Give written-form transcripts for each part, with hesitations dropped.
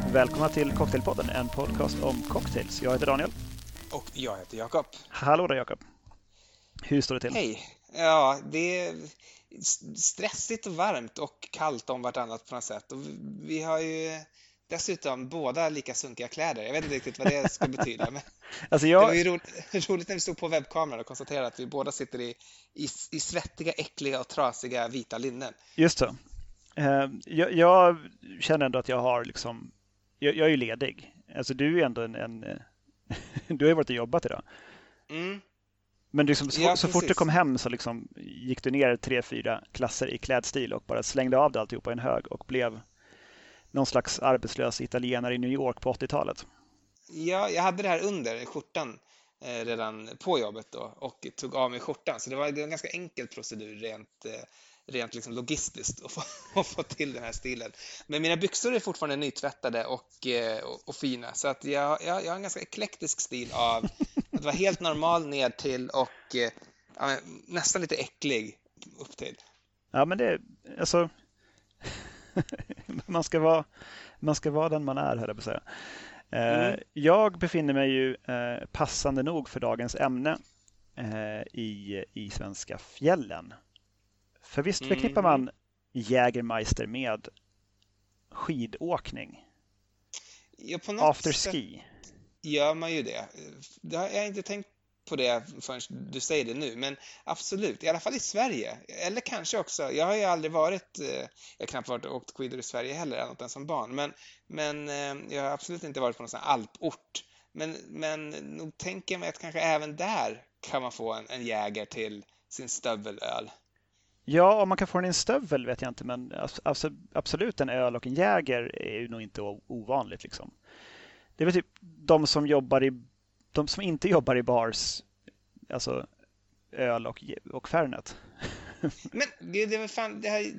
Välkomna till Cocktailpodden, en podcast om cocktails. Jag heter Daniel. Och jag heter Jakob. Hallå där Jakob. Hur står det till? Hej. Ja, det är stressigt och varmt och kallt om vartannat på något sätt. Och vi har ju dessutom båda lika sunkiga kläder. Jag vet inte riktigt vad det ska betyda. Men Alltså det var ju roligt när vi stod på webbkameran och konstaterade att vi båda sitter i svettiga, äckliga och trasiga vita linnen. Just så. Jag känner ändå att jag har liksom... Jag är ju ledig. Alltså du är ändå du har ju varit och jobbat idag. Mm. Men liksom, Ja, så fort du kom hem så liksom gick du ner 3-4 klasser i klädstil och bara slängde av det alltihopa i en hög och blev någon slags arbetslös italienare i New York på 80-talet. Ja, jag hade det här under skjortan redan på jobbet då och tog av mig skjortan. Så det var en ganska enkel procedur rent liksom logistiskt att få till den här stilen. Men mina byxor är fortfarande nytvättade och fina. Så att jag har en ganska eklektisk stil av att vara helt normal ner till och nästan lite äcklig upp till. Ja, men det alltså man ska vara den man är, höll jag på att säga. Jag befinner mig ju passande nog för dagens ämne i svenska fjällen. För visst förknippar man Jägermeister med skidåkning? Ja, på något afterski. Gör man ju det. Jag har inte tänkt på det förrän du säger det nu, men absolut, i alla fall i Sverige. Eller kanske också, jag har ju aldrig varit, jag har knappt varit och åkt skidor i Sverige heller, annat än som barn, men jag har absolut inte varit på någon sån här alport. Men nog tänker jag mig att kanske även där kan man få en jäger till sin stövelöl. Ja, om man kan få den i en stövel vet jag inte, men alltså, absolut en öl och en jäger är ju nog inte ovanligt liksom. Det är väl typ de som inte jobbar i bars, alltså öl och Fernet. Men det är väl fan det här.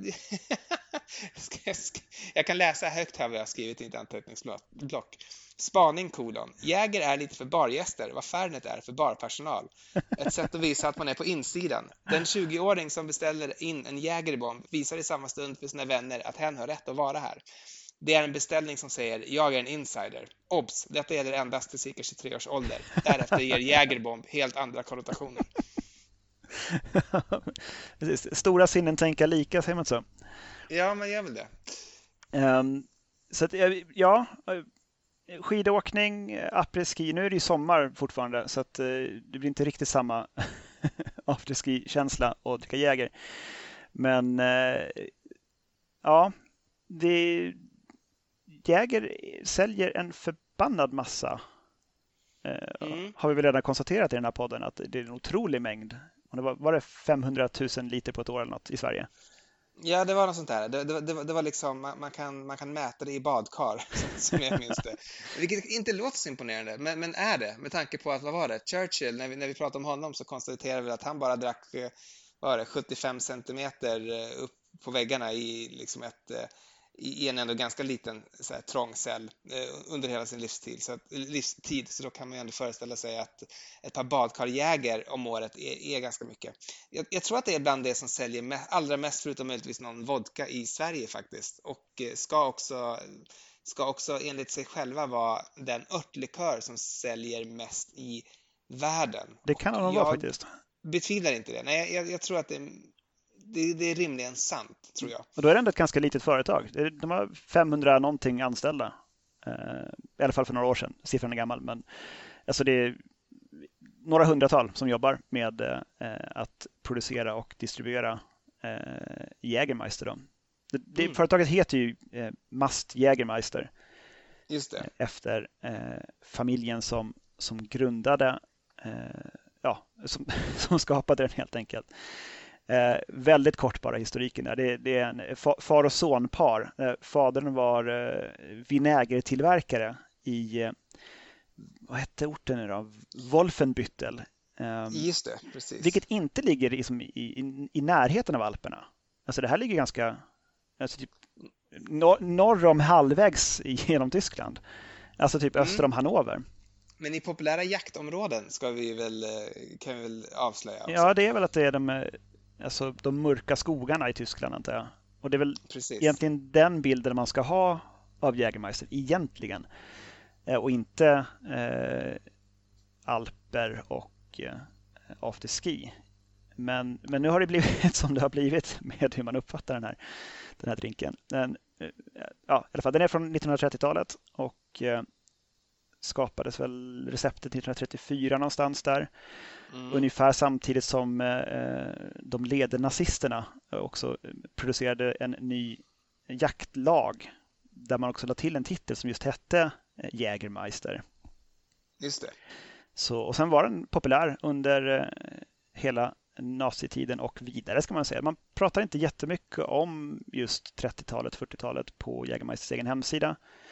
Jag kan läsa högt här vad jag har skrivit i ett anteckningsblock. Spaning : Jäger är lite för bargäster, vad Fernet är för barpersonal. Ett sätt att visa att man är på insidan. Den 20-åring som beställer in en jägerbomb visar i samma stund för sina vänner att hen har rätt att vara här. Det är en beställning som säger, jag är en insider. Obs, detta gäller endast till cirka 23 års ålder. Därefter ger jägerbomb helt andra konnotationer. Stora sinnen tänka lika, säger man så. Ja, man gör väl det. Så att, ja, skidåkning, après-ski. Nu är det ju sommar fortfarande så att det blir inte riktigt samma afterski-känsla och dricka jäger. Men ja, jäger säljer en förbannad massa. Har vi väl redan konstaterat i den här podden att det är en otrolig mängd. Var det 500 000 liter på ett år eller något i Sverige? Ja, det var något sånt där. Det var liksom, man kan mäta det i badkar, som jag minns det. Vilket inte låter så imponerande, men är det. Med tanke på att, vad var det? Churchill, när vi pratade om honom så konstaterade vi att han bara drack 75 centimeter upp på väggarna i liksom i en ändå ganska liten så här, trång cell under hela sin livstid. Så då kan man ju ändå föreställa sig att ett par badkarjäger om året är ganska mycket. Jag tror att det är bland det som säljer allra mest, förutom möjligtvis någon vodka i Sverige faktiskt. Och ska också enligt sig själva vara den örtlikör som säljer mest i världen. Det kan nog vara faktiskt. Jag betvivlar inte det. Nej, jag tror att det är rimligen sant, tror jag. Och då är det ändå ett ganska litet företag. De har 500 någonting anställda. I alla fall för några år sedan. Siffran är gammal. Men alltså det är några hundratal som jobbar med att producera och distribuera Jägermeister. Då. Företaget heter ju Mast Jägermeister. Just det. Efter familjen som grundade, som skapade den helt enkelt. Väldigt kort bara historiken där. Det är en far- och sonpar. Fadern var vinägertillverkare i, vad hette orten nu då? Wolfenbüttel. Just det, precis. Vilket inte ligger i närheten av Alperna. Alltså det här ligger ganska typ norr om halvvägs genom Tyskland. Alltså typ öster om Hannover. Men i populära jaktområden kan vi väl avslöja också. Ja, det är väl att det är de mörka skogarna i Tyskland, antar jag. Och det är väl egentligen den bilden man ska ha av Jägermeister egentligen. Och inte Alper och afterski. Men nu har det blivit som det har blivit med hur man uppfattar den här drinken. I alla fall, den är från 1930-talet och skapades väl receptet 1934 någonstans där. Ungefär samtidigt som de ledande nazisterna också producerade en ny jaktlag där man också la till en titel som just hette Jägermeister. Just det. Så, och sen var den populär under hela nazitiden och vidare ska man säga. Man pratar inte jättemycket om just 30-talet, 40-talet på Jägermeisters egen hemsida.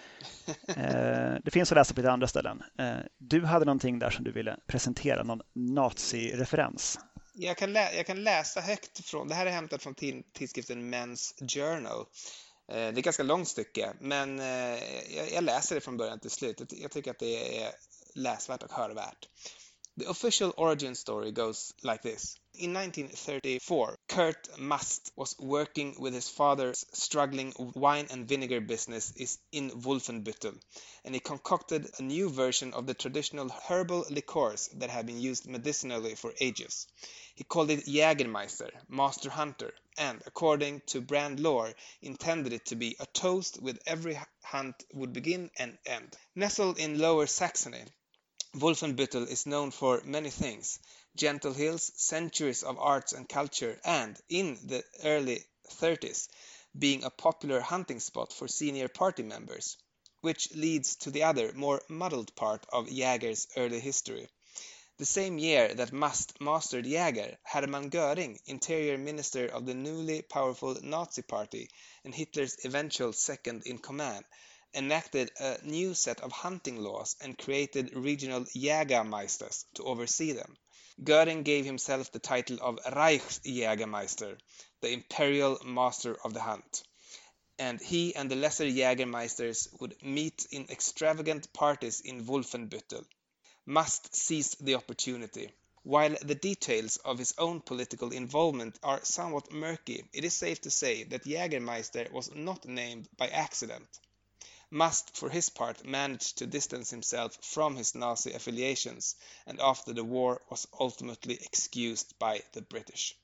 Det finns att läsa på lite andra ställen. Du hade någonting där som du ville presentera, någon nazi-referens. Jag kan läsa högt från, det här är hämtat från tidskriften Men's Journal. Det är ett ganska långt stycke, men jag läser det från början till slut. Jag tycker att det är läsvärt och hörvärt. The official origin story goes like this. In 1934, Kurt Mast was working with his father's struggling wine and vinegar business in Wolfenbüttel, and he concocted a new version of the traditional herbal liqueurs that had been used medicinally for ages. He called it Jägermeister, Master Hunter, and, according to brand lore, intended it to be a toast with every hunt would begin and end. Nestled in Lower Saxony, Wolfenbüttel is known for many things: gentle hills, centuries of arts and culture, and, in the early 30s, being a popular hunting spot for senior party members, which leads to the other, more muddled part of Jäger's early history. The same year that Mast mastered Jäger, Hermann Göring, interior minister of the newly powerful Nazi party and Hitler's eventual second-in-command, enacted a new set of hunting laws and created regional Jägermeisters to oversee them. Göring gave himself the title of Reichsjägermeister, the imperial master of the hunt, and he and the lesser Jägermeisters would meet in extravagant parties in Wolfenbüttel. Must seize the opportunity. While the details of his own political involvement are somewhat murky, it is safe to say that Jägermeister was not named by accident. Must, for his part, managed to distance himself from his Nazi affiliations, and after the war was ultimately excused by the British.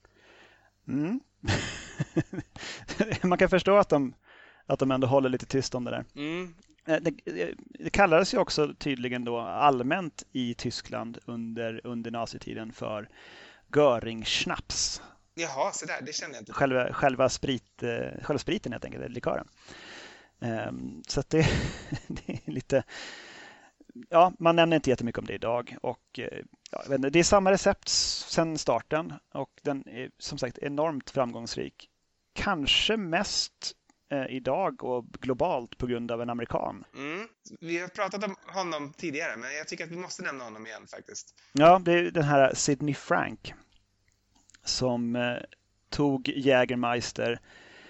Man kan förstå att de ändå håller lite tyst om det där. Det kallades ju också tydligen då allmänt i Tyskland under nazitiden för Göring-schnaps. Jaha, så där, det känner jag inte. Själva spriten helt enkelt, likören. Så att det är lite... Ja, man nämner inte jättemycket om det idag. Och, det är samma recept sedan starten och den är som sagt enormt framgångsrik. Kanske mest idag och globalt på grund av en amerikan. Vi har pratat om honom tidigare, men jag tycker att vi måste nämna honom igen faktiskt. Ja, det är den här Sidney Frank som tog Jägermeister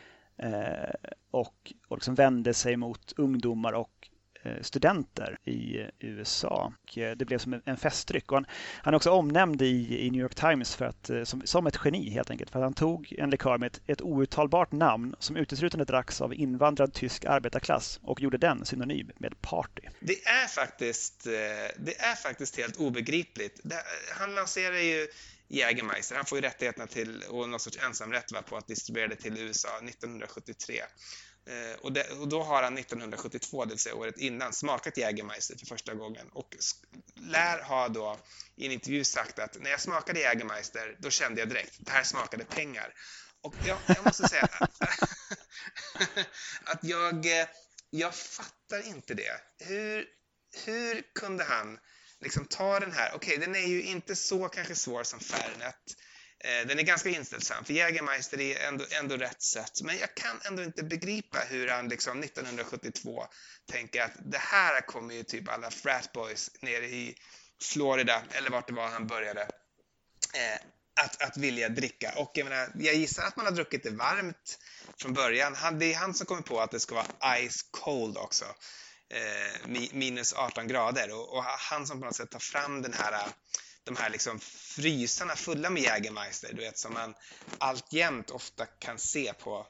och liksom vände sig mot ungdomar och studenter i USA. Och det blev som en festdryck. Och han är också omnämnd i New York Times för att, som ett geni helt enkelt. För att han tog en likör med ett outtalbart namn som uteslutande dracks av invandrad tysk arbetarklass och gjorde den synonym med party. Det är faktiskt helt obegripligt. Han lanserar ju Jägermeister. Han får ju rättigheterna till och någon sorts ensamrätt på att distribuera det till USA 1973. Och då har han 1972, det vill säga året innan, smakat Jägermeister för första gången och lär ha då i en intervju sagt att när jag smakade Jägermeister då kände jag direkt, det här smakade pengar. Och jag måste säga att jag fattar inte det. Hur kunde han liksom ta den här, okej, den är ju inte så kanske svår som Fernet. Den är ganska inställsam, för Jägermeister är ändå rätt sött. Men jag kan ändå inte begripa hur han liksom 1972 tänker att det här kommer ju typ alla fratboys nere i Florida, eller vart det var han började, att vilja dricka. Och jag gissar att man har druckit det varmt från början. Det är han som kommer på att det ska vara ice cold också. Minus 18 grader. Och han som på något sätt tar fram de här liksom frysarna fulla med Jägermeister, du vet, som man alltjämt ofta kan se på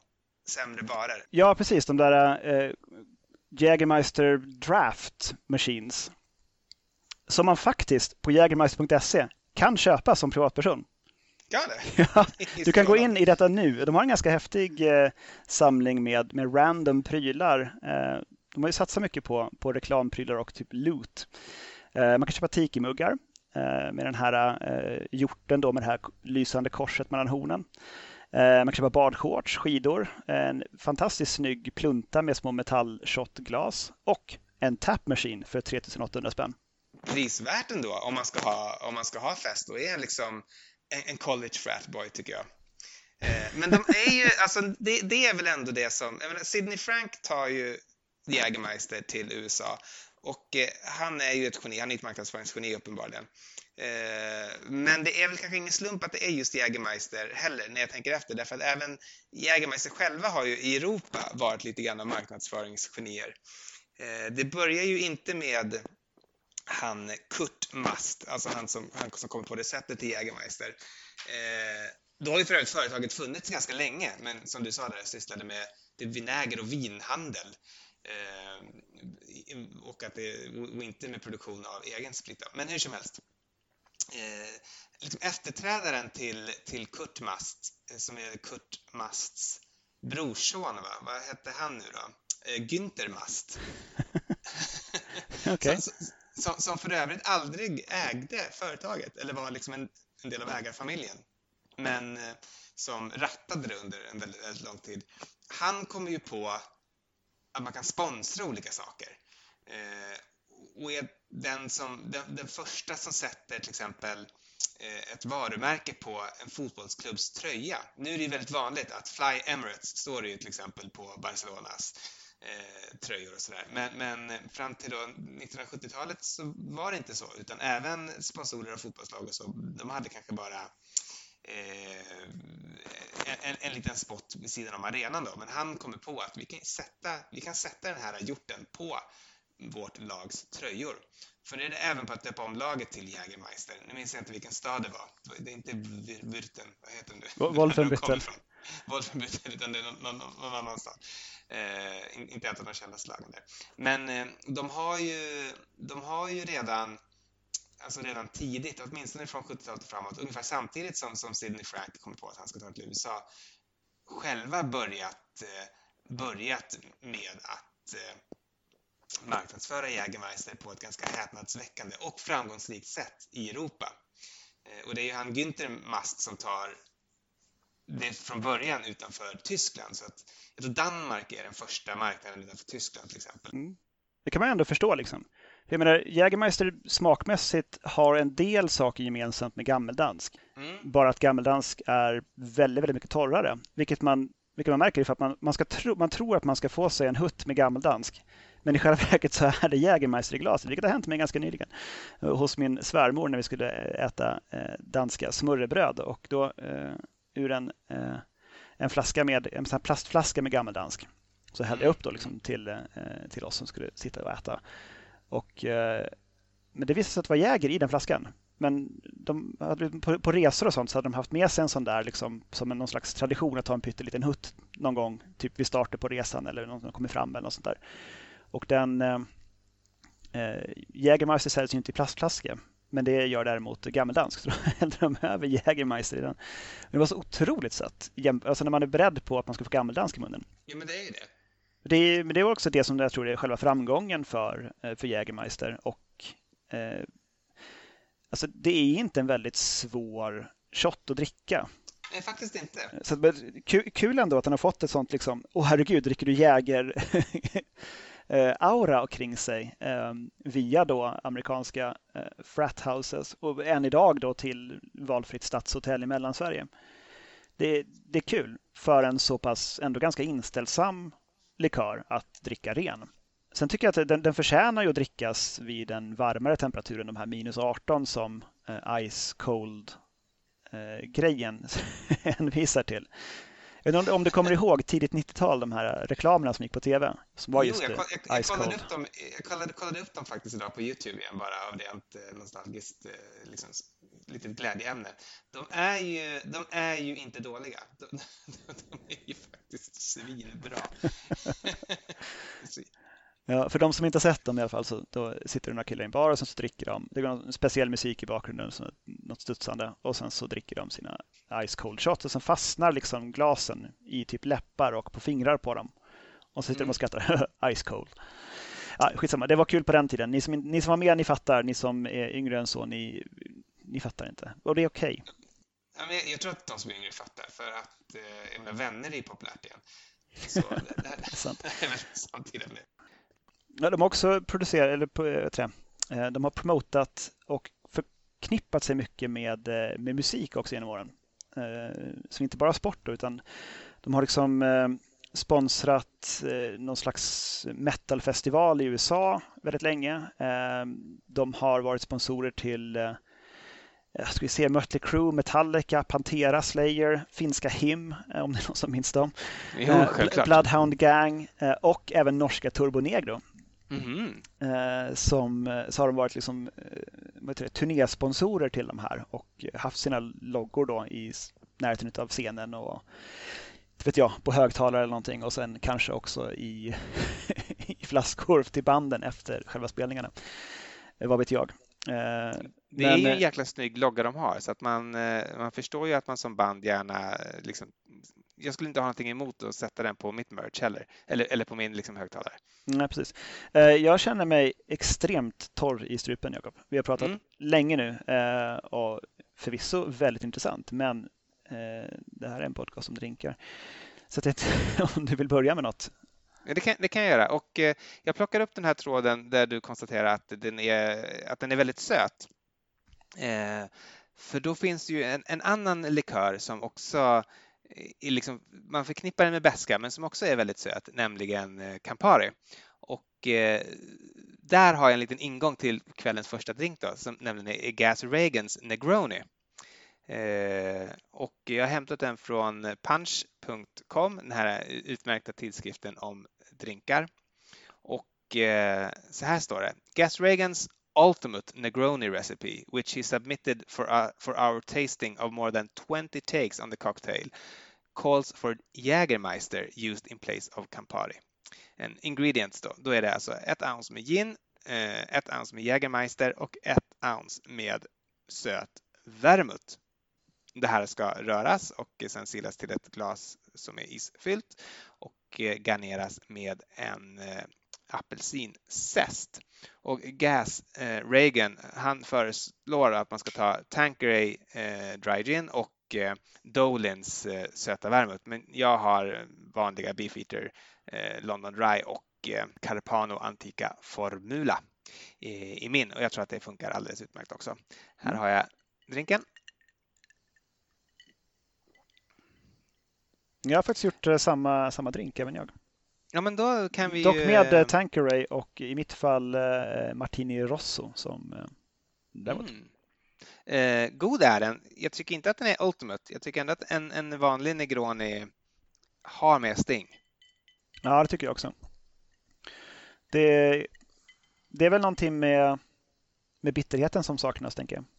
sämre barer. Ja, precis. De där Jägermeister Draft Machines som man faktiskt på jägermeister.se kan köpa som privatperson. Ja, det. Ja, du kan gå in i detta nu. De har en ganska häftig samling med random prylar. De har ju satsat mycket på reklamprylar och typ loot. Man kan köpa tiki-muggar med den här hjorten då, med det här lysande korset mellan hornen. Man kan köpa badshorts, skidor, en fantastiskt snygg plunta med små metallshotglas och en tap machine för 3800 spänn. Prisvärt ändå om man ska ha fest och är liksom en college fratboy, tycker jag. Men de är ju, alltså det är väl ändå det som, jag menar, Sidney Frank tar ju Jägermeister till USA och han är ju ett geni, han är ett marknadsföringsgeni uppenbarligen. Men det är väl kanske ingen slump att det är just Jägermeister heller när jag tänker efter, därför att även Jägermeister själva har ju i Europa varit lite grann av marknadsföringsgenier. Det börjar ju inte med han Kurt Mast, alltså han som kom på receptet till Jägermeister. Då har ju för övrigt företaget funnits ganska länge, men som du sa där, sysslade med vinäger och vinhandel. Och inte med produktion av egen sprit. Men hur som helst. Liksom efterträdaren till Kurt Mast, som är Kurt Masts brorson, va? Vad hette han nu då? Günther Mast. Okay. Som för övrigt aldrig ägde företaget, eller var liksom en del av ägarfamiljen, men som rattade det under en väldigt lång tid. Han kom ju på att man kan sponsra olika saker. Och är den första som sätter till exempel ett varumärke på en fotbollsklubbs tröja. Nu är det väldigt vanligt att Fly Emirates står det ju till exempel på Barcelonas tröjor och sådär. Men fram till då 1970-talet så var det inte så, utan även sponsorer av fotbollslag och så, de hade kanske bara en liten spot vid sidan om arenan då. Men han kommer på att vi kan sätta den här hjorten på vårt lags tröjor. För det är det även på att döpa om laget till Jägermeister. Nu minns jag inte vilken stad det var. Det är inte Würten, vad heter den nu? Wolfenbüttel. Wolfenbüttel, utan det är någon annan stad. Inte ett av de kända slagen där. Men de har ju redan tidigt, åtminstone från 70-talet och framåt, ungefär samtidigt som Sidney Frank kom på att han ska ta till USA, själva börjat med att marknadsföra Jägermeister på ett ganska häpnadsväckande och framgångsrikt sätt i Europa. Och det är ju han Günther Mast som tar det från början utanför Tyskland, så att jag tror Danmark är den första marknaden utanför Tyskland till exempel. Det kan man ändå förstå liksom. Jag menar, Jägermeister smakmässigt har en del saker gemensamt med gammeldansk. Bara att gammeldansk är väldigt, väldigt mycket torrare, vilket man märker för att man tror att man ska få sig en hutt med gammeldansk. Men i själva verket så är det Jägermeister i glaset, vilket har hänt mig ganska nyligen hos min svärmor när vi skulle äta danska smörrebröd, och då ur en flaska en sån här plastflaska med gammeldansk så hällde jag upp då liksom till oss som skulle sitta och äta. Men det visade sig att det var Jäger i den flaskan. Men de hade, på resor och sånt så hade de haft med sig en sån där liksom, som någon slags tradition att ta en pytteliten hutt någon gång, typ vid starten på resan eller någon som kommer fram eller något sånt där. Och den Jägermeister säljs ju inte i plastflaska, men det gör däremot gammeldansk. Så då hällde de över Jägermeister i den. Det var så otroligt sött. Alltså när man är beredd på att man ska få gammeldansk i munnen. Ja, men det är ju det. Men det är också det som jag tror är själva framgången för Jägermeister. Och alltså det är inte en väldigt svår shot att dricka. Nej, faktiskt inte. Så kul ändå att han har fått ett sånt liksom, herregud, dricker du Jäger aura kring sig via då amerikanska frat houses och än idag då till valfritt stadshotell i Mellansverige. Det är kul för en så pass ändå ganska inställsam likör att dricka ren. Sen tycker jag att den förtjänar ju att drickas vid en varmare temperatur än de här minus 18 som Ice Cold grejen hänvisar till. Jag vet inte om du kommer ihåg tidigt 90-tal, de här reklamerna som gick på tv, som var Jo, just jag Ice kollade Cold. upp dem, kollade upp dem faktiskt idag på YouTube igen, bara av rent nostalgiskt liksom, litet glädjeämne. De är ju inte dåliga. De är ju faktiskt svinbra. Så- Ja, för de som inte har sett dem i alla fall, så då sitter några killar i en bar och sen så dricker de. Det går en speciell musik i bakgrunden, så något studsande. Och sen så dricker de sina Ice Cold shots och sen fastnar liksom glasen i typ läppar och på fingrar på dem. Och så sitter de och skrattar. Ice Cold. Ja, skitsamma, det var kul på den tiden. Ni som var med, ni fattar. Ni som är yngre än så, ni fattar inte. Och det är okej. Ja, men jag tror att de som är yngre fattar, för att jag menar, Vänner är ju populärt igen. Så Sant. det är väl samtidigt med. Ja, de har också producerat, eller de har promotat och förknippat sig mycket med musik också genom åren. Så inte bara sport då, utan de har liksom sponsrat någon slags metalfestival i USA väldigt länge. De har varit sponsorer till ska vi se, Mötley Crüe, Metallica, Pantera, Slayer, finska Him, om det är någon som minns dem. Jo, självklart. Bloodhound Gang och även norska Turbo Negro. Mhm. Så har de varit liksom, turnésponsorer till de här och haft sina loggor då i närheten av scenen och vet jag, på högtalare eller någonting, och sen kanske också i, i flaskor till banden efter själva spelningarna. Vad vet jag. Det är ju en jäkla snygg logga de har, så att man förstår ju att man som band gärna liksom, jag skulle inte ha någonting emot att sätta den på mitt merch heller, eller på min liksom högtalare. Nej, precis. Jag känner mig extremt torr i strupen, Jakob. Vi har pratat länge nu och förvisso väldigt intressant, men det här är en podcast om drinkar. Så att jag om du vill börja med något. Ja, det kan jag göra, och jag plockar upp den här tråden där du konstaterar att den är väldigt söt. För då finns ju en annan likör som också är liksom, man förknippar den med beska, men som också är väldigt söt, nämligen Campari. Och där har jag en liten ingång till kvällens första drink då, som nämligen är Gas Reagans Negroni. Och jag har hämtat den från punch.com, den här utmärkta tidskriften om drinkar. Och så här står det: Gas Reagans ultimate Negroni recipe, which he submitted for our tasting of more than 20 takes on the cocktail, calls for Jägermeister used in place of Campari. And ingredients då är det alltså 1 ounce med gin, 1 ounce med Jägermeister och 1 ounce med söt vermouth. Det här ska röras och sen silas till ett glas som är isfyllt och garneras med en apelsinzest. Och Gas Reagan, han föreslår att man ska ta Tanqueray Dry Gin och Dolins söta vermouth, men jag har vanliga Beefeater London Dry och Carpano Antica Formula i min, och jag tror att det funkar alldeles utmärkt också. Här har jag drinken. Jag har faktiskt gjort samma drink, även jag. Ja, men då kan vi dock med Tanqueray och i mitt fall Martini Rosso som däremot. God är den. Jag tycker inte att den är ultimate. Jag tycker ändå att en vanlig Negroni har mer sting. Ja, det tycker jag också. Det är väl någonting med bitterheten som saknas, tänker jag.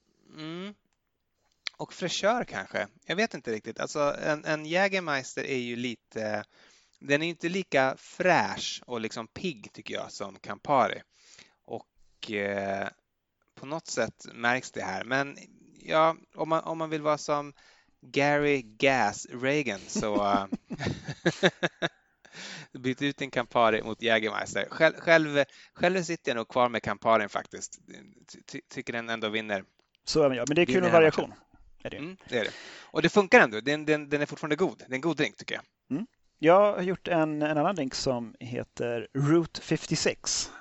Och fräschör kanske. Jag vet inte riktigt. Alltså en Jägermeister är ju lite, den är inte lika fräsch och liksom pigg tycker jag som Campari. Och på något sätt märks det här. Men ja, om man vill vara som Gary Gas Reagan så byt ut en Campari mot Jägermeister. Själv sitter jag nog kvar med Camparin faktiskt. Tycker den ändå vinner. Så även jag. Men det är kul med variation. Är det. Det är det. Och det funkar ändå. Den är fortfarande god. Det är en god drink tycker jag. Jag har gjort en annan drink som heter Route 56.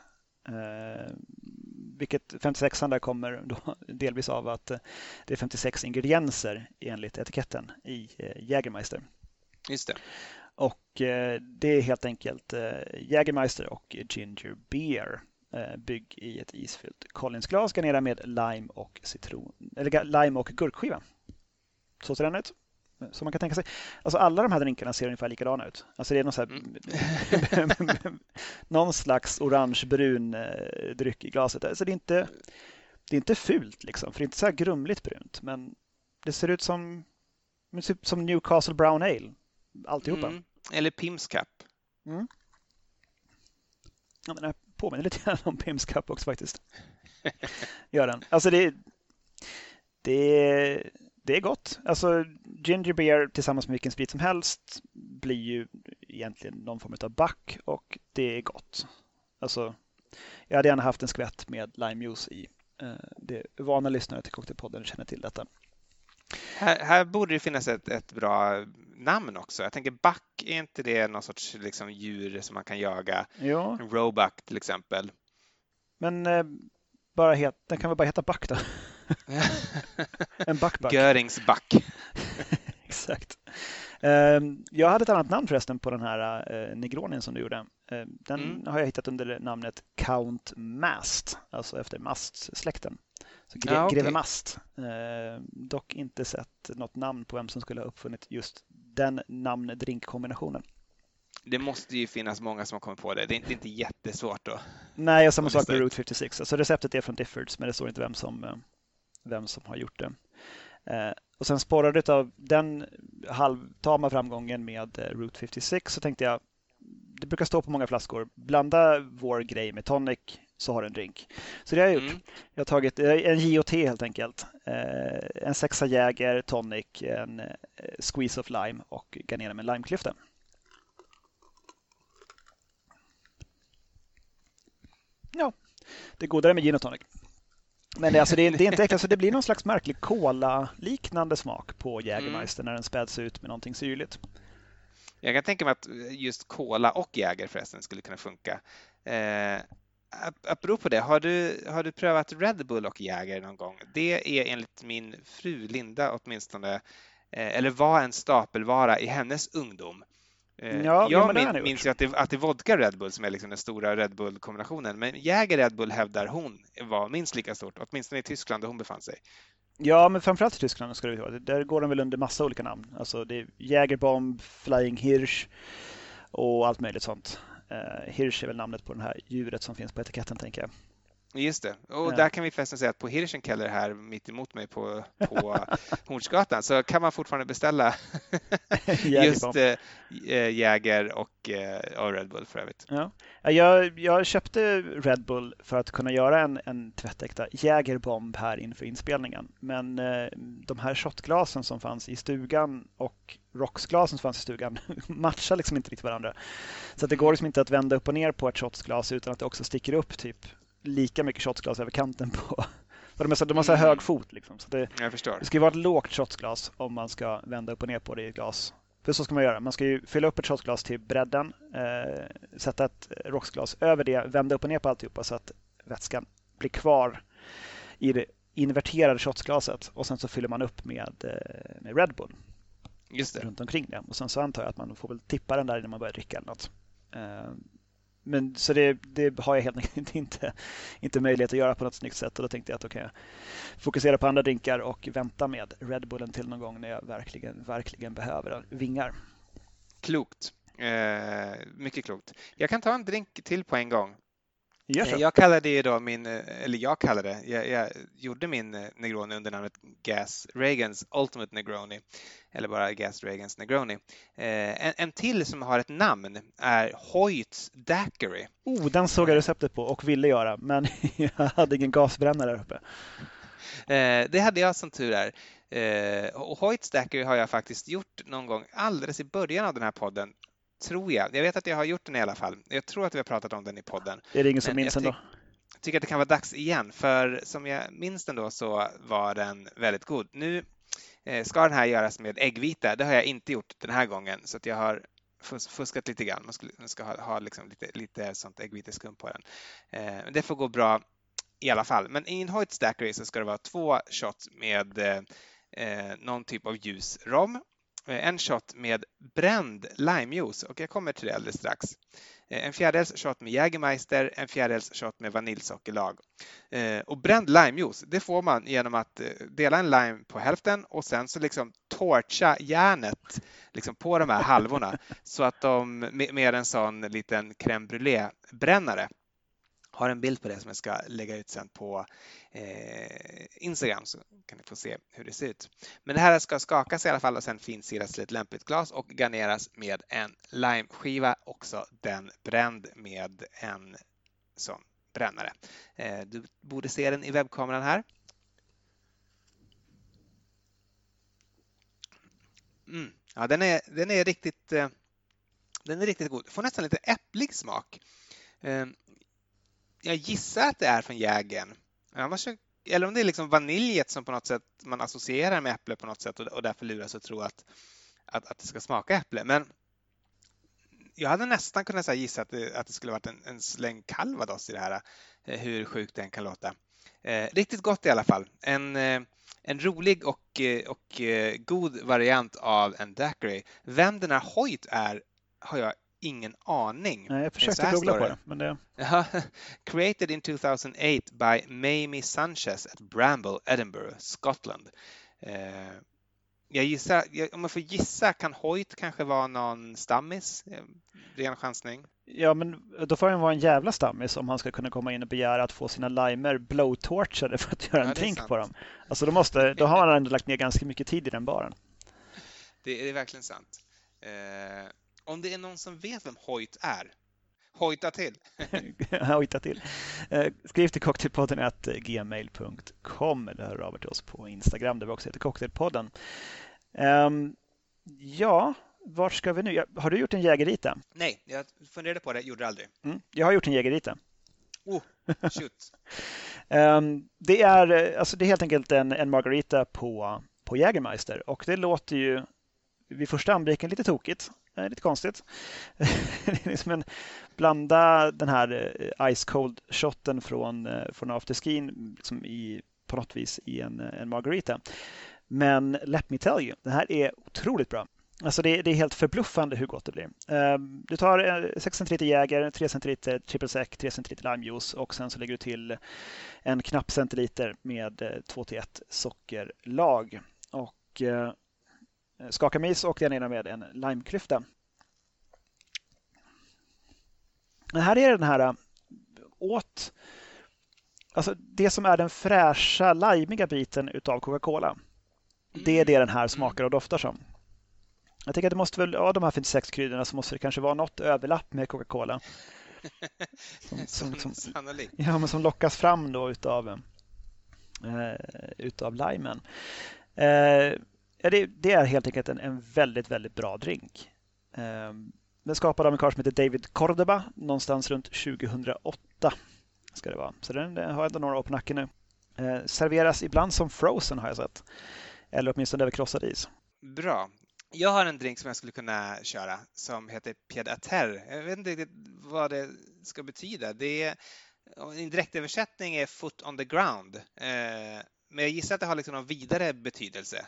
Vilket 56an där kommer då delvis av att det är 56 ingredienser enligt etiketten i Jägermeister. Just det. Och det är helt enkelt Jägermeister och ginger beer. Bygg i ett isfyllt Collinsglas, garnera med lime och lime och gurkskiva. Så ser den ut. Så man kan tänka sig, alltså alla de här drinkarna ser ungefär likadana ut. Alltså det är någon, så här, någon slags orangebrun dryck i glaset. Alltså det är inte fult liksom, för det är inte så här grumligt brunt, men det ser ut som Newcastle Brown Ale, alltihopa. Eller Pimm's Cup. Mm. Ja, men det påminner lite grann om Pimm's Cup också faktiskt. Gör den. Alltså det är gott. Alltså ginger beer tillsammans med vilken sprit som helst blir ju egentligen någon form av back och det är gott. Alltså jag hade gärna haft en skvätt med limejuice i. Det vana lyssnare till Cocktailpodden känner till detta. Här borde det finnas ett bra namn också. Jag tänker back, är inte det någon sorts liksom, djur som man kan jaga? Ja. En roebuck till exempel. Men den kan väl bara heta back då? En backback. Göringsback. Exakt. Jag hade ett annat namn förresten på den här Negronin som du gjorde. Den har jag hittat under namnet Count Mast, alltså efter mastsläkten. Så Greve Mast. Dock inte sett något namn på vem som skulle ha uppfunnit just den namn-drink-kombinationen. Det måste ju finnas många som har kommit på det. Det är inte jättesvårt då. Nej, och samma sak med Route 56. Alltså receptet är från Diffords, men det står inte vem som har gjort det. Och sen spårade av den halvtama framgången med Route 56 så tänkte jag, det brukar stå på många flaskor, blanda vår grej med tonic så har du en drink. Så det har jag gjort. Jag har tagit en J&T helt enkelt. En 6 Jäger, tonic, en squeeze of lime och garnera med en limeklyfta. Ja, det är godare med gin och tonic. Men det är inte äckligt, alltså det blir någon slags märklig cola-liknande smak på Jägermeister när den späds ut med någonting syrligt. Jag kan tänka mig att just cola och Jäger förresten skulle kunna funka. Apropå det, har du prövat Red Bull och Jäger någon gång? Det är enligt min fru Linda åtminstone, eller var en stapelvara i hennes ungdom. Jag minns ju att det är vodka Red Bull som är liksom den stora Red Bull-kombinationen. Men Jäger Red Bull hävdar hon var minst lika stort, åtminstone i Tyskland där hon befann sig. Ja, men framförallt i Tyskland ska det vara. Där går de väl under massa olika namn. Alltså det är Jägerbomb, Flying Hirsch och allt möjligt sånt. Hirsch är väl namnet på det här djuret som finns på etiketten, tänker jag. Just det. Och där kan vi förresten säga att på Hirschenkeller här mitt emot mig på Hornsgatan så kan man fortfarande beställa just Jäger och Red Bull för övrigt. Ja. Jag köpte Red Bull för att kunna göra en tvättäkta Jägerbomb här inför inspelningen. Men de här shotglasen som fanns i stugan och rocksglasen som fanns i stugan matchar liksom inte riktigt varandra. Så att det går liksom inte att vända upp och ner på ett shotglas utan att det också sticker upp typ lika mycket shotglas över kanten på. De har så här hög fot liksom. Så jag förstår. Det ska ju vara ett lågt shotglas om man ska vända upp och ner på det i ett glas. För så ska man göra. Man ska ju fylla upp ett shotglas till bredden, sätta ett rocksglas över det, vända upp och ner på alltihopa så att vätskan blir kvar i det inverterade shotglaset och sen så fyller man upp med Red Bull. Just det. Runt omkring det. Och sen så antar jag att man får väl tippa den där innan man börjar dricka eller något. Men så det har jag helt enkelt inte möjlighet att göra på något snyggt sätt och då tänkte jag att då kan jag fokusera på andra drinkar och vänta med Red Bullen till någon gång när jag verkligen behöver vingar. Klokt. Mycket klokt. Jag kan ta en drink till på en gång. Jag gjorde min Negroni under namnet Gas Reagans Ultimate Negroni eller bara Gas Reagans Negroni. En till som har ett namn är Hoyts Daiquiri. Den såg jag receptet på och ville göra, men jag hade ingen gasbrännare där uppe. Det hade jag som tur är. Och Hoyts Daiquiri har jag faktiskt gjort någon gång alldeles i början av den här podden. Tror jag. Jag vet att jag har gjort den i alla fall. Jag tror att vi har pratat om den i podden. Det är ingen som minns ändå. Jag tycker att det kan vara dags igen. För som jag minns den då så var den väldigt god. Nu ska den här göras med äggvita. Det har jag inte gjort den här gången. Så att jag har fuskat lite grann. Man ska ha liksom lite sånt äggviteskum på den. Det får gå bra i alla fall. Men i en Hoyts Daiquiri så ska det vara 2 shots med någon typ av ljus rom. En shot med bränd limejuice och jag kommer till det alldeles strax. En fjärdedels shot med Jägermeister, en fjärdedels shot med vaniljsockerlag. Och bränd limejuice, det får man genom att dela en lime på hälften och sen så liksom torcha järnet liksom på de här halvorna så att de med en sån liten crème brûlée brännare. Har en bild på det som jag ska lägga ut sen på Instagram så kan ni få se hur det ser ut. Men det här ska skakas i alla fall och sen finsiras till ett lämpligt glas och garneras med en limeskiva, också den bränd med en sån brännare. Du borde se den i webbkameran här. Ja, den är riktigt god. Får nästan lite äpplig smak. Jag gissar att det är från Jägern. Eller om det är liksom vaniljet som på något sätt man associerar med äpple på något sätt och därför luras att tro att det ska smaka äpple. Men jag hade nästan kunnat gissa att det skulle varit en släng calvados i det här. Hur sjukt den kan låta. Riktigt gott i alla fall. En rolig och god variant av en daiquiri. Vem den här Hoyt är har jag ingen aning. Nej, jag försökte googla på det. Men det... Created in 2008 by Mamie Sanchez at Bramble, Edinburgh, Scotland. Jag gissar, om man får gissa, kan Hoyt kanske vara någon stammis? Ren chansning. Ja, men då får han vara en jävla stammis om han ska kunna komma in och begära att få sina limer blowtorchade för att göra en drink på dem. Alltså då har han ändå lagt ner ganska mycket tid i den baren. Det är verkligen sant. Om det är någon som vet vem Hoyt är, hojta till. Hojta till. Skriv till cocktailpodden @gmail.com eller hör av er till oss på Instagram där vi också heter Cocktailpodden. Ja, vart ska vi nu? Har du gjort en jägerita? Nej, jag funderade på det, gjorde det aldrig. Jag har gjort en jägerita. Shoot. Det är helt enkelt en margarita på Jägermeister och det låter ju vid första anblicken lite tokigt. Lite konstigt. Det är liksom blanda den här ice cold shotten från afterskin liksom på något vis i en margarita. Men let me tell you, det här är otroligt bra. Alltså det är helt förbluffande hur gott det blir. Du tar 6 centiliter Jäger, 3 centiliter triple sec, 3 centiliter limejuice och sen så lägger du till en knapp centiliter med 2-1 sockerlag. Och skaka mis och den ena med en limeklyfta. Det här är den här alltså det som är den fräscha, limiga biten utav Coca-Cola. Det är det den här smakar och doftar som. Jag tänker att det måste väl, de här 56-kryddorna så måste det kanske vara något överlapp med Coca-Cola. Som lockas fram då utav limen. Det är helt enkelt en väldigt, väldigt bra drink. Den skapade av en karl som heter David Cordoba någonstans runt 2008 ska det vara. Så den har ändå några år på nacken nu. Serveras ibland som frozen har jag sett. Eller åtminstone över krossad is. Bra. Jag har en drink som jag skulle kunna köra som heter pied à terre. Jag vet inte riktigt vad det ska betyda. En direktöversättning är foot on the ground. Men jag gissar att det har liksom någon vidare betydelse.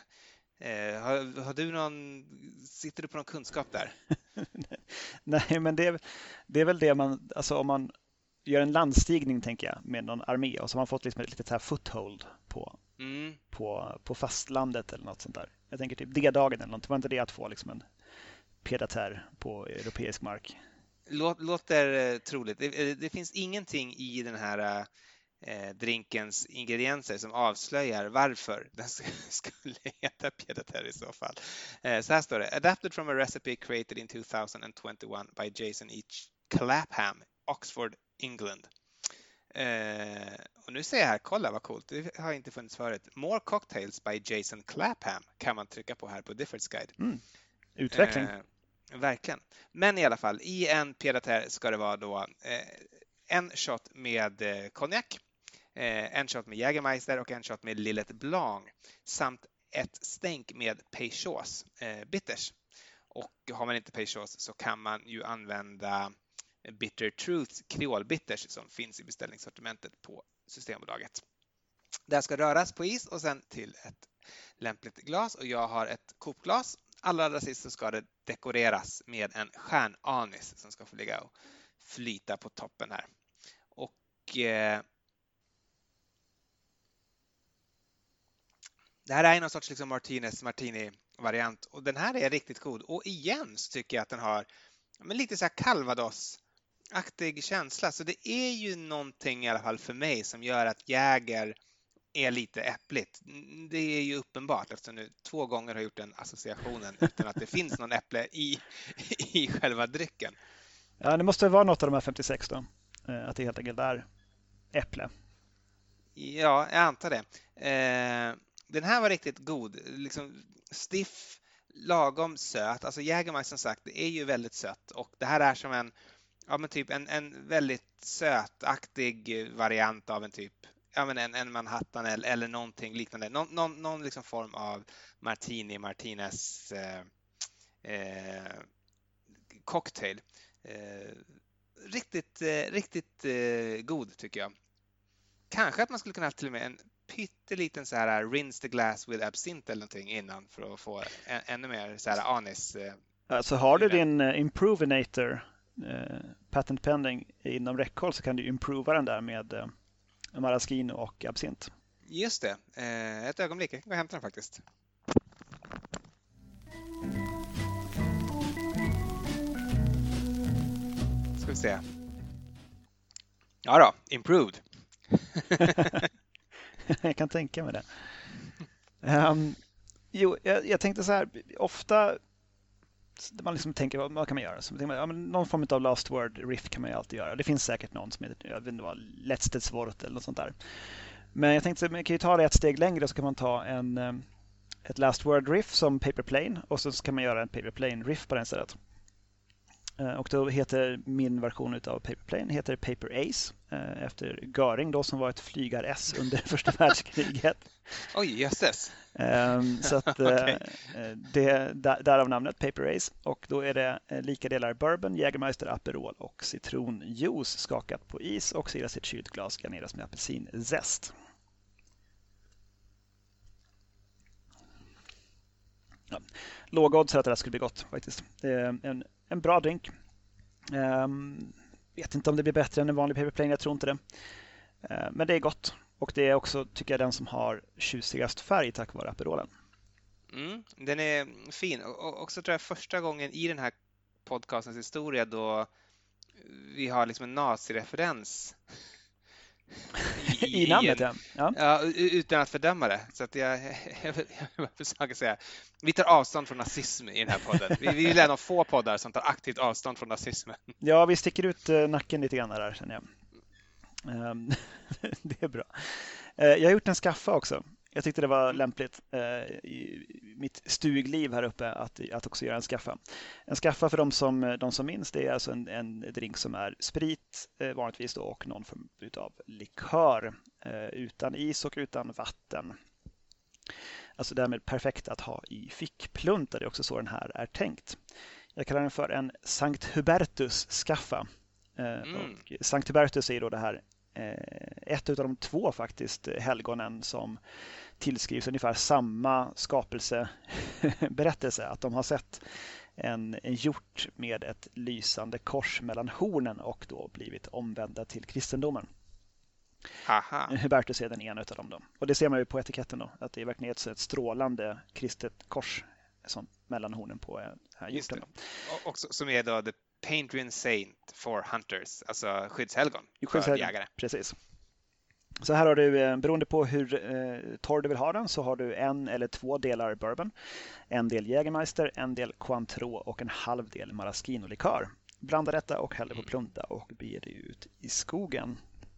Sitter du på någon kunskap där? Nej, men det är väl det man, alltså om man gör en landstigning tänker jag med någon armé och så har man fått liksom ett litet så här foothold på fastlandet eller något sånt där. Jag tänker typ D-dagen eller något. Var inte det att få liksom en pied à terre på europeisk mark? Låter troligt. Det finns ingenting i den här drinkens ingredienser som avslöjar varför den skulle heta pied à terre i så fall. Så här står det. Adapted from a recipe created in 2021 by Jason H. Clapham, Oxford, England. Och nu ser jag här, kolla vad coolt, det har inte funnits förut. More cocktails by Jason Clapham kan man trycka på här på Difford's Guide. Utveckling. Verkligen. Men i alla fall, i en pied à terre ska det vara då en shot med konjak, en shot med Jägermeister och en shot med Lillet Blanc samt ett stänk med Peychaus bitters. Och har man inte Peychaus så kan man ju använda Bitter Truths kreolbitters som finns i beställningssortimentet på Systembolaget. Det här ska röras på is och sen till ett lämpligt glas och jag har ett kopglas. Allra sist så ska det dekoreras med en stjärnanis som ska få ligga och flyta på toppen här. Och det här är någon sorts liksom martini-variant och den här är riktigt god. Och igen så tycker jag att den har lite så här Calvados-aktig känsla. Så det är ju någonting i alla fall för mig som gör att Jäger är lite äppligt. Det är ju uppenbart eftersom nu 2 gånger har gjort den associationen utan att det finns någon äpple i själva drycken. Ja, det måste vara något av de här 56 då. Att det helt enkelt är äpple. Ja, jag antar det. Den här var riktigt god. Liksom stiff, lagom söt. Alltså Jägermeister som sagt, det är ju väldigt sött. Och det här är som en väldigt sötaktig variant av en typ en Manhattan eller någonting liknande. Någon liksom form av Martinez cocktail. Riktigt god tycker jag. Kanske att man skulle kunna ha till och med en pytteliten så här rinse the glass with absinthe eller någonting innan för att få ännu mer så här anis. Så har du din Improvinator patent pending inom räckhåll så kan du improva den där med maraschino och absint. Just det. Ett ögonblick. Jag kan gå och hämta den faktiskt. Ska vi se. Ja då, improved. Jag kan tänka mig det. Jag tänkte så här, ofta man liksom tänker vad kan man göra? Så tänker man, någon form av last word riff kan man ju alltid göra. Det finns säkert någon som heter, jag vet inte vad, letztes Wort eller något sånt där. Men jag tänkte man kan ju ta det ett steg längre, så kan man ta ett last word riff som Paper Plane och så kan man göra en Paper Plane riff på den istället. Och då heter min version av Paper Plane heter Paper Ace efter Göring då, som var ett flygar-S under första världskriget. Oj, jösses. Så att därav namnet Paper Ace. Och då är det lika delar bourbon, Jägermeister, Aperol och citronjuice skakat på is och silas i ett kylt glas, garneras med apelsinzest. Ja. Låga odds att det där skulle bli gott faktiskt. Det är en bra drink. Vet inte om det blir bättre än en vanlig Paper Plane, jag tror inte det. Men det är gott. Och det är också, tycker jag, den som har tjusigast färg tack vare Aperolen. Den är fin. Och så tror jag första gången i den här podcastens historia då vi har liksom en nazireferens i namnet, ja, utan att fördöma det. Så att jag försöker säga, vi tar avstånd från nazism i den här podden. Vi är en av få poddar som tar aktivt avstånd från nazismen. Ja, vi sticker ut nacken lite grann där, känner jag. Det är bra. Jag har gjort en skaffa också. Jag tyckte det var lämpligt i mitt stugliv här uppe att också göra en skaffa. En skaffa för de som minns, det är alltså en drink som är sprit vanligtvis då, och någon form av likör utan is och utan vatten. Alltså därmed perfekt att ha i fickpluntar. Det är också så den här är tänkt. Jag kallar den för en Sankt Hubertus skaffa. Och Sankt Hubertus är då det här ett av de 2 faktiskt helgonen som tillskrivs ungefär samma skapelseberättelse, att de har sett en hjort med ett lysande kors mellan hornen och då blivit omvända till kristendomen. Aha. Hubertus är den ena av dem då. Och det ser man ju på etiketten då, att det är verkligen ett strålande kristet kors som mellan hornen på den här hjorten. Och som är då the Patron Saint for Hunters, alltså skyddshelgon för jägare. Precis. Så här har du, beroende på hur torr du vill ha den, så har du 1 eller 2 delar bourbon, 1 del Jägermeister, 1 del Cointreau och 1/2 del maraschino-likör. Blanda detta och häller på plunta och beger dig ut i skogen.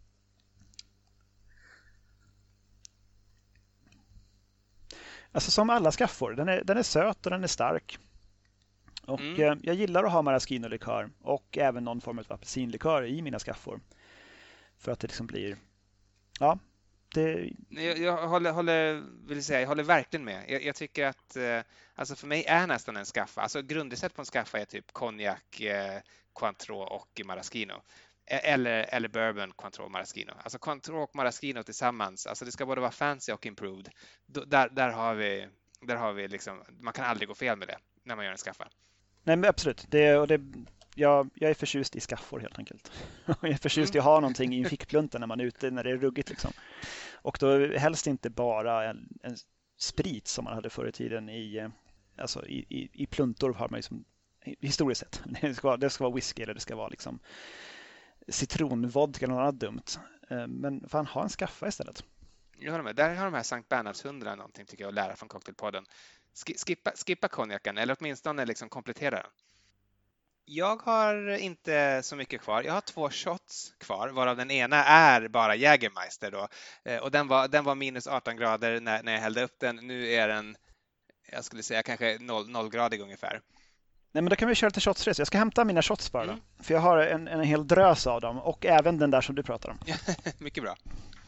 Alltså som alla skaffor, den är söt och den är stark. Och jag gillar att ha maraschino-likör och även någon form av apelsinlikör i mina skaffor. För att det liksom blir... Ja, det... Jag håller verkligen med. Jag tycker att alltså för mig är nästan en skaffa. Alltså grundrecept på en skaffa är typ konjak, Cointreau och maraschino. Eller bourbon, Cointreau och maraschino. Alltså Cointreau och maraschino tillsammans. Alltså det ska både vara fancy och improved. Där har vi liksom, man kan aldrig gå fel med det när man gör en skaffa. Nej, men absolut. Det jag är förtjust i skaffor helt enkelt. Jag är förtjust i att ha någonting i fickplunten när man är ute, när det är ruggigt liksom. Och då helst inte bara en sprit som man hade förr i tiden alltså i pluntor har man ju som historiskt sett. Det ska vara whisky eller det ska vara liksom citronvodka eller något annat dumt. Men fan, ha en skaffa istället. Jag håller med. Där har de här Sankt Bernhards 100 någonting tycker jag att lära från Cocktailpodden. Skippa konjaken eller åtminstone liksom komplettera den. Jag har inte så mycket kvar. Jag har 2 shots kvar, varav den ena är bara Jägermeister då. Och den var minus 18 grader när jag hällde upp den. Nu är den, jag skulle säga kanske 0-gradig ungefär. Nej, men då kan vi köra lite shotsrace. Jag ska hämta mina shots bara då. För jag har en hel drös av dem. Och även den där som du pratar om. Mycket bra.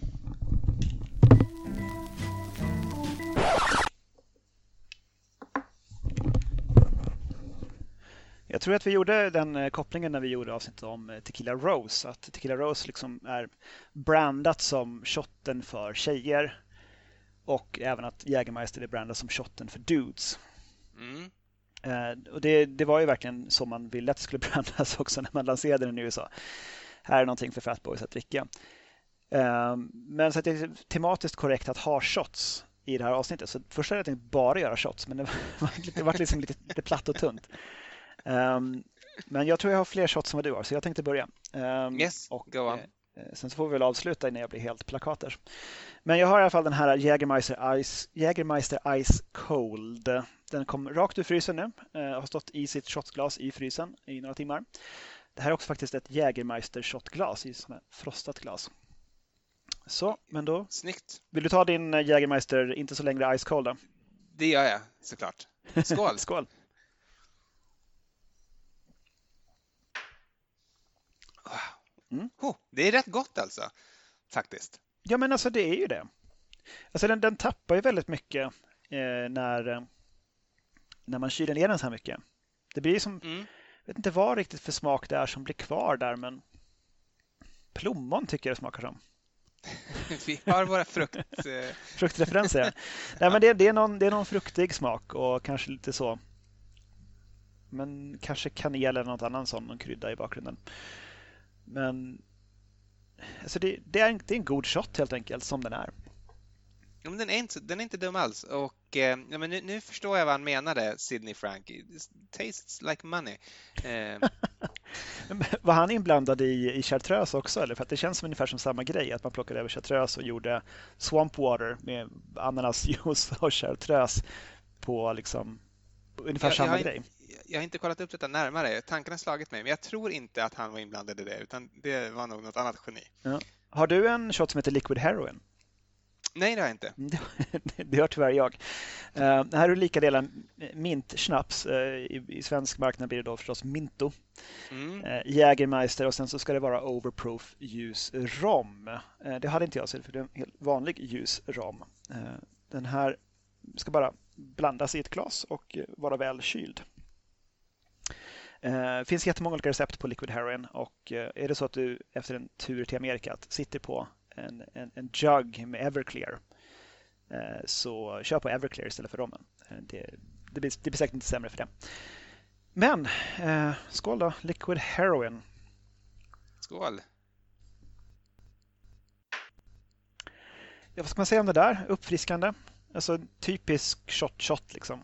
Jag tror att vi gjorde den kopplingen när vi gjorde avsnittet om Tequila Rose. Att Tequila Rose liksom är brandat som shotten för tjejer. Och även att Jägermeister är brandat som shotten för dudes. Och det var ju verkligen så man ville att det skulle brandas också när man lanserade den i USA. Här är någonting för fatboys att dricka. Men så att det är tematiskt korrekt att ha shots i det här avsnittet. Så först hade jag tänkt bara göra shots, men det var liksom lite platt och tunt. Men jag tror jag har fler shots än vad du har, så jag tänkte börja. Yes, och go on. Sen så får vi väl avsluta innan jag blir helt plakater. Men jag har i alla fall den här Jägermeister Ice Cold. Den kom rakt ur frysen nu. Har stått i sitt shotglas i frysen i några timmar. Det här är också faktiskt ett Jägermeister shotglas i sån här frostat glas. Så, men då... Snyggt. Vill du ta din Jägermeister inte så längre Ice Cold då? Det gör jag, såklart. Skål! Skål! Det är rätt gott alltså, faktiskt. Ja, men alltså det är ju det. Alltså den tappar ju väldigt mycket när man kyler ner den så här mycket. Det blir som, jag vet inte vad riktigt för smak det är som blir kvar där, men plommon tycker jag det smakar som. Vi har våra fruktreferenser. Ja. Nej, men det är någon fruktig smak och kanske lite så. Men kanske kanel eller något annat sån, någon krydda i bakgrunden. Men alltså det är en god shot helt enkelt som den är. Ja, men den är inte dum alls. Och ja, men nu förstår jag vad han menade, Sidney Frank. It tastes like money. Var han inblandad i chartreuse också? Eller? För att det känns som ungefär som samma grej. Att man plockade över chartreuse och gjorde swamp water med ananasjuice och chartreuse på liksom ungefär samma grej. Jag har inte kollat upp detta närmare. Tanken har slagit mig. Men jag tror inte att han var inblandad i det. Utan det var nog något annat geni. Ja. Har du en shot som heter Liquid Heroin? Nej, det har jag inte. Det har tyvärr jag. Det här är lika delar mint-schnaps. I svensk marknad blir det då förstås Minto. Jägermeister och sen så ska det vara overproof ljus rom. Det hade inte jag sett för det är en helt vanlig ljus rom. Den här ska bara blandas i ett glas och vara väl kyld. Det finns jättemånga olika recept på Liquid Heroin och är det så att du efter en tur till Amerika sitter på en jug med Everclear så kör på Everclear istället för rommen. Det blir säkert inte sämre för det. Men skål då, Liquid Heroin. Skål. Ja, vad ska man säga om det där? Uppfriskande. Alltså typisk shot liksom.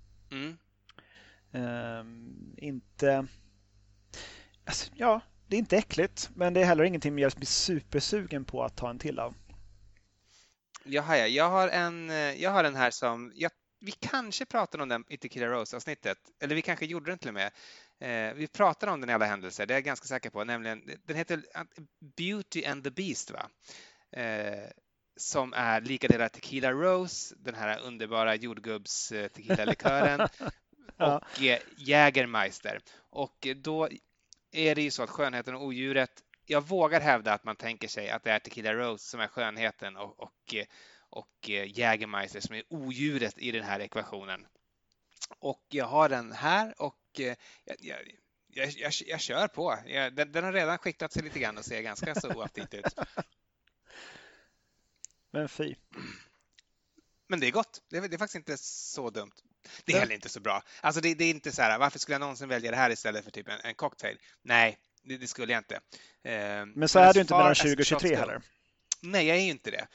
Inte... Alltså, ja, det är inte äckligt, men det är heller ingenting jag blir supersugen på att ta en till av. Jaha, jag har en här som... vi kanske pratade om den i Tequila Rose-avsnittet. Eller vi kanske gjorde den till och med. Vi pratade om den i alla händelser, det är jag ganska säker på. Nämligen, den heter Beauty and the Beast, va? Som är lika delar Tequila Rose, den här underbara jordgubbs tequila-likören och Jägermeister. Och då är det ju så att skönheten och odjuret, jag vågar hävda att man tänker sig att det är Tequila Rose som är skönheten och Jägermeister som är odjuret i den här ekvationen. Och jag har den här och jag kör på. Den har redan skiktat sig lite grann och ser ganska så oaptitligt ut. Men fy. Men det är gott. Det är faktiskt inte så dumt. Det är heller inte så bra. Alltså det är inte så här, varför skulle jag någonsin välja det här istället för typ en cocktail? Nej, det skulle jag inte. Men så är det ju inte mellan 20 och 23 heller. Nej, jag är ju inte det.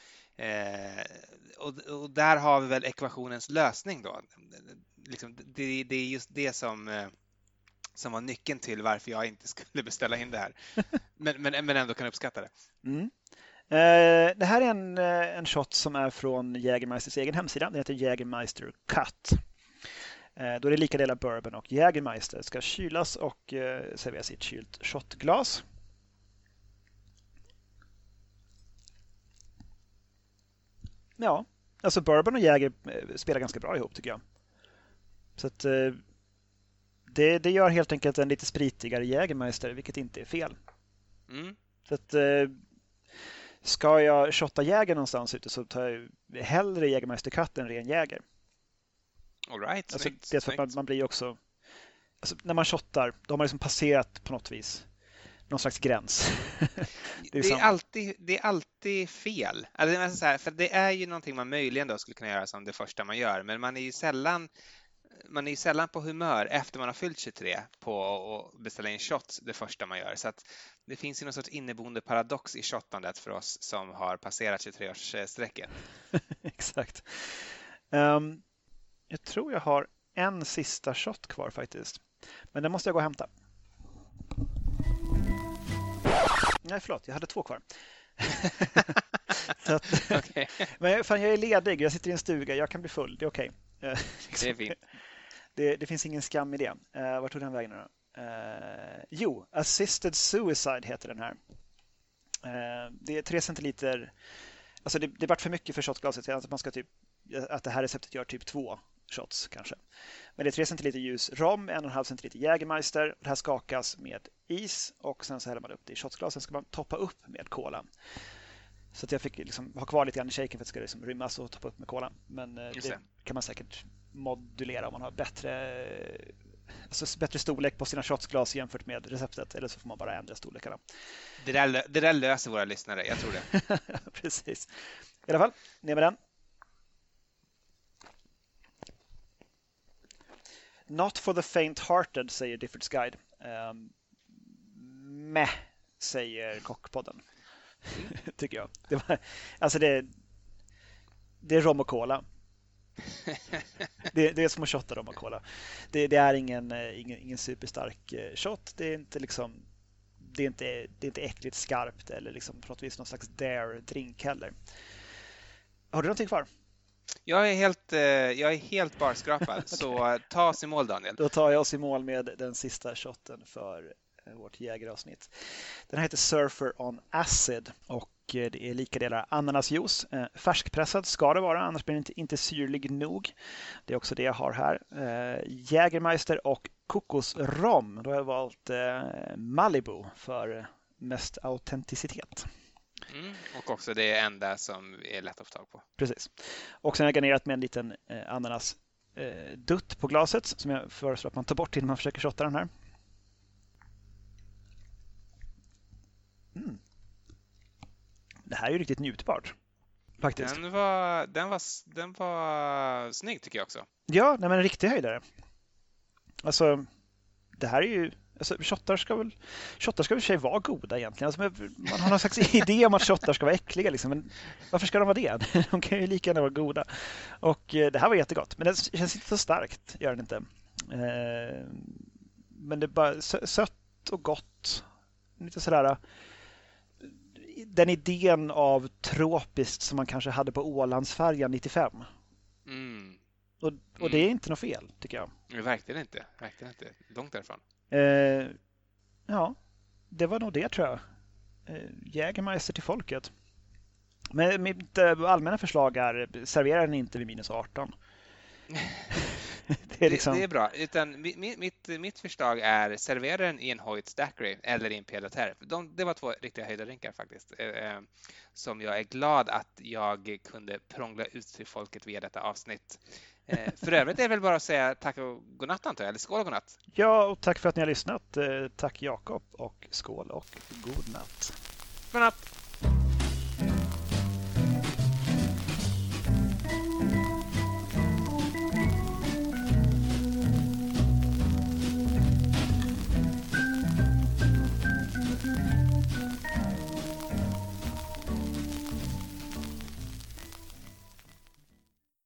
Och där har vi väl ekvationens lösning då. Liksom, det är just det som var nyckeln till varför jag inte skulle beställa in det här. men ändå kan uppskatta det. Mm. Det här är en shot som är från Jägermeisters egen hemsida. Den heter Jägermeister Cut. Då är det lika delar bourbon och Jägermeister. Ska kylas och serveras i ett kylt shotglas. Ja, alltså bourbon och Jäger spelar ganska bra ihop tycker jag. Så att det gör helt enkelt en lite spritigare Jägermeister, vilket inte är fel. Mm. Så att ska jag shotta Jäger någonstans ute så tar jag hellre Jägermeister Cut än ren Jäger. All right, alltså, det är för att man blir också... Alltså, när man shottar, då har man liksom passerat på något vis någon slags gräns. det är alltid fel. Alltså, så här, för det är ju någonting man möjligen då skulle kunna göra som det första man gör, men man är ju sällan på humör efter man har fyllt 23 på att beställa in shots det första man gör. Så att det finns ju någon sorts inneboende paradox i shottandet för oss som har passerat 23-årssträcket. Exakt. Jag tror jag har en sista shot kvar faktiskt. Men den måste jag gå och hämta. Nej, förlåt. Jag hade 2 kvar. Så att, okay. Men fan, jag är ledig. Jag sitter i en stuga. Jag kan bli full. Det är okej. Det är fint. Det finns ingen skam i det. Vart tog den vägen nu då? Assisted Suicide heter den här. Det är 3 centiliter. Alltså det vart för mycket för shotglaset. Att man ska att det här receptet gör typ 2 shots kanske. Men det är 3 centiliter ljus rom, 1,5 centiliter Jägermeister. Det här skakas med is och sen så häller man upp det i shotglasen. Ska man toppa upp med cola. Så att jag fick liksom ha kvar lite grann i shaken för att det ska liksom rymmas och toppa upp med cola. Men det kan man säkert modulera om man har bättre storlek på sina shotsglas jämfört med receptet. Eller så får man bara ändra storlekarna. Det där löser våra lyssnare, jag tror det. Precis. I alla fall, ner med den. Not for the faint-hearted, säger Difford's Guide. Meh, säger Kockpodden. Tycker jag. Det är rom och cola. Det är som att shotta rom och cola. Det är ingen superstark shot. Det är inte liksom det är inte äckligt skarpt eller liksom på något vis någon slags dare-drink heller. Har du någonting kvar? Jag är helt barskrapad. Okay. Så ta oss i mål, Daniel. Då tar jag oss i mål med den sista shotten för vårt jägeravsnitt. Den heter Surfer on Acid och det är lika delar ananasjuice. Färskpressad ska det vara, annars blir den inte syrlig nog. Det är också det jag har här. Jägermeister och kokosrom. Då har jag valt Malibu för mest autenticitet. Och också det enda som är lätt att få tag på. Precis. Och sen har jag garnerat med en liten ananasdutt på glaset som jag föreslår att man tar bort innan man försöker shotta den här. Det här är ju riktigt njutbart. Faktiskt. Den var snygg tycker jag också. Ja, nej, men en riktig höjdare. Alltså, det här är ju... Alltså, shottar ska väl i och för sig vara goda egentligen. Alltså, man har någon slags idé om att shottar ska vara äckliga. Liksom. Men varför ska de vara det? De kan ju lika gärna vara goda. Och det här var jättegott. Men det känns inte så starkt, gör den inte. Men det är bara sött och gott. Lite sådär... Den idén av tropiskt som man kanske hade på Ålandsfärjan 95. Och det är inte något fel, tycker jag. Verkligen inte. Långt därifrån. Ja, det var nog det, tror jag. Jägermeister till folket. Men mitt allmänna förslag är servera den inte vid minus 18. Det är bra. Utan mitt förslag är servera den i en Hoyt Daiquiri eller i en Piloter. Det var 2 riktiga höjdarinkar faktiskt. Som jag är glad att jag kunde prångla ut till folket via detta avsnitt. För övrigt är det väl bara att säga tack och godnatt, antar jag. Eller skål och godnatt. Ja, och tack för att ni har lyssnat. Tack Jakob och skål och godnatt. Godnatt.